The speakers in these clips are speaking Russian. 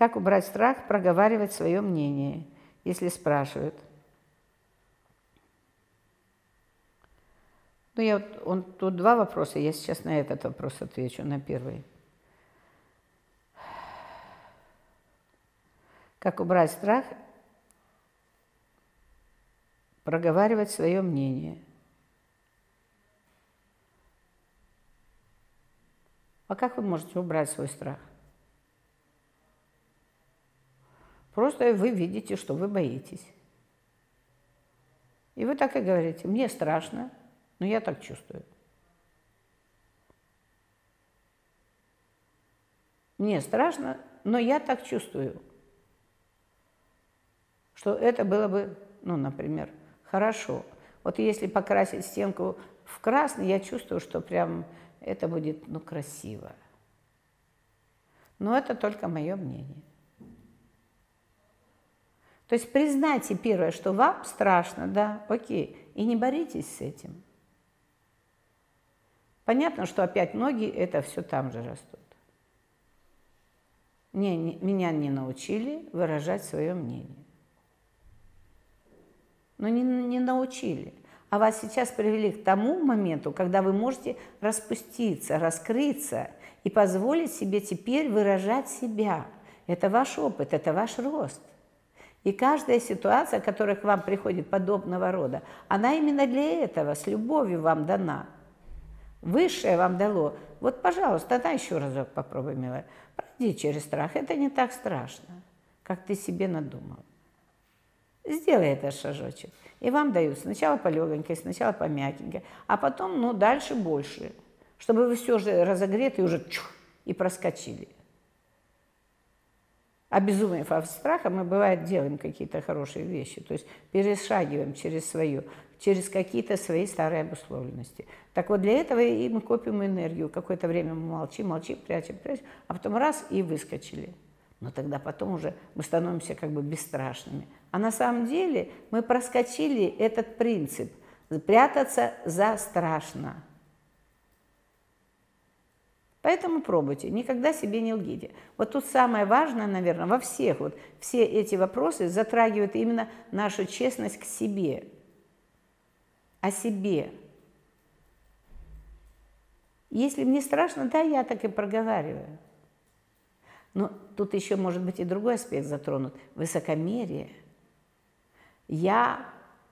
Как убрать страх проговаривать свое мнение, если спрашивают? Ну, тут два вопроса, я сейчас на этот вопрос отвечу, на первый. Как убрать страх проговаривать свое мнение? А как вы можете убрать свой страх? Просто вы видите, что вы боитесь. И вы так и говорите: мне страшно, но я так чувствую. Мне страшно, но я так чувствую, что это было бы, ну, например, хорошо. Вот если покрасить стенку в красный, я чувствую, что прям это будет, ну, красиво. Но это только мое мнение. То есть признайте первое, что вам страшно, да, окей, и не боритесь с этим. Понятно, что опять ноги это все там же растут. Меня не научили выражать свое мнение. Но не научили. А вас сейчас привели к тому моменту, когда вы можете распуститься, раскрыться и позволить себе теперь выражать себя. Это ваш опыт, это ваш рост. И каждая ситуация, которая к вам приходит подобного рода, она именно для этого, с любовью вам дана. Высшее вам дало. Вот, пожалуйста, да, еще разок попробуй, милая. Пройди через страх. Это не так страшно, как ты себе надумал. Сделай этот шажочек. И вам дают сначала по легонькой, сначала по мягенькой, а потом, ну, дальше больше. Чтобы вы все же разогреты уже и проскочили. Обезумев от страха, мы, бывает, делаем какие-то хорошие вещи, то есть перешагиваем через какие-то свои старые обусловленности. Так вот, для этого и мы копим энергию. Какое-то время мы молчим, прячем, а потом раз и выскочили. Но тогда потом уже мы становимся как бы бесстрашными. А на самом деле мы проскочили этот принцип – прятаться за страшно. Поэтому пробуйте, никогда себе не лгите. Вот тут самое важное, наверное, во всех, вот все эти вопросы затрагивают именно нашу честность к себе, о себе. Если мне страшно, да, я так и проговариваю. Но тут еще, может быть, и другой аспект затронут – высокомерие. Я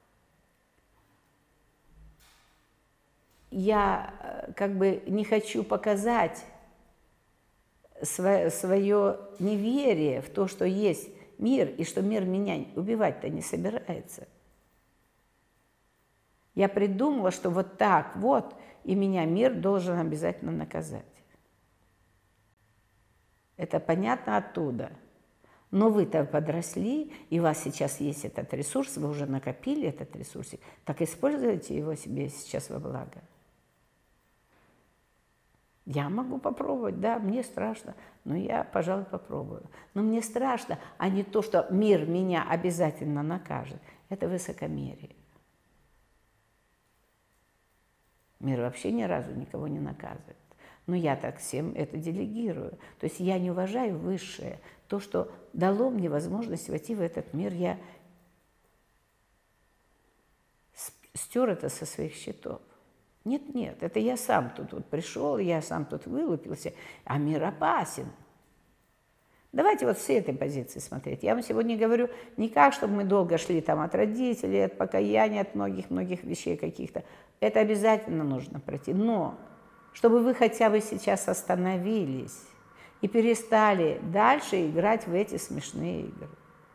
как бы не хочу показать свое неверие в то, что есть мир, и что мир меня убивать-то не собирается. Я придумала, что вот так вот, и меня мир должен обязательно наказать. Это понятно оттуда. Но вы-то подросли, и у вас сейчас есть этот ресурс, вы уже накопили этот ресурсик, так используйте его себе сейчас во благо. Я могу попробовать, да, мне страшно, но я, пожалуй, попробую. Но мне страшно, а не то, что мир меня обязательно накажет. Это высокомерие. Мир вообще ни разу никого не наказывает. Но я так всем это делегирую. То есть я не уважаю высшее. То, что дало мне возможность войти в этот мир, я стер это со своих счетов. Нет, это я сам тут вот пришел, я сам тут вылупился, а мир опасен. Давайте вот с этой позиции смотреть. Я вам сегодня говорю не как, чтобы мы долго шли там от родителей, от покаяния, от многих вещей каких-то. Это обязательно нужно пройти. Но чтобы вы хотя бы сейчас остановились и перестали дальше играть в эти смешные игры.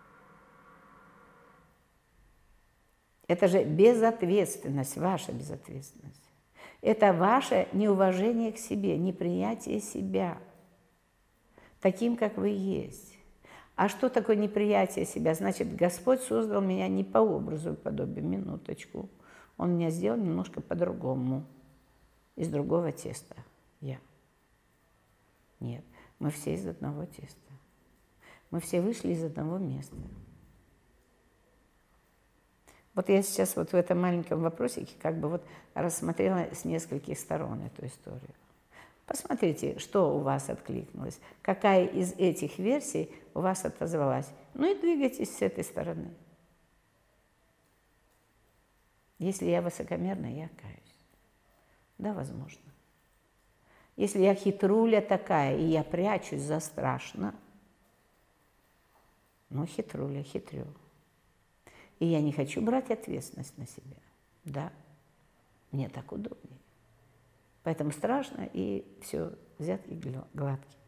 Это же безответственность, ваша безответственность. Это ваше неуважение к себе, неприятие себя, таким, как вы есть. А что такое неприятие себя? Значит, Господь создал меня не по образу и подобию, минуточку. Он меня сделал немножко по-другому, из другого теста. Я. Нет, мы все из одного теста. Мы все вышли из одного места. Вот я сейчас вот в этом маленьком вопросике как бы вот рассмотрела с нескольких сторон эту историю. Посмотрите, что у вас откликнулось, какая из этих версий у вас отозвалась. Ну и двигайтесь с этой стороны. Если я высокомерна, я каюсь. Да, возможно. Если я хитруля такая, и я прячусь за страшно, ну, хитруля, хитрю. И я не хочу брать ответственность на себя. Да, мне так удобнее. Поэтому страшно, и все, взятки гладкие.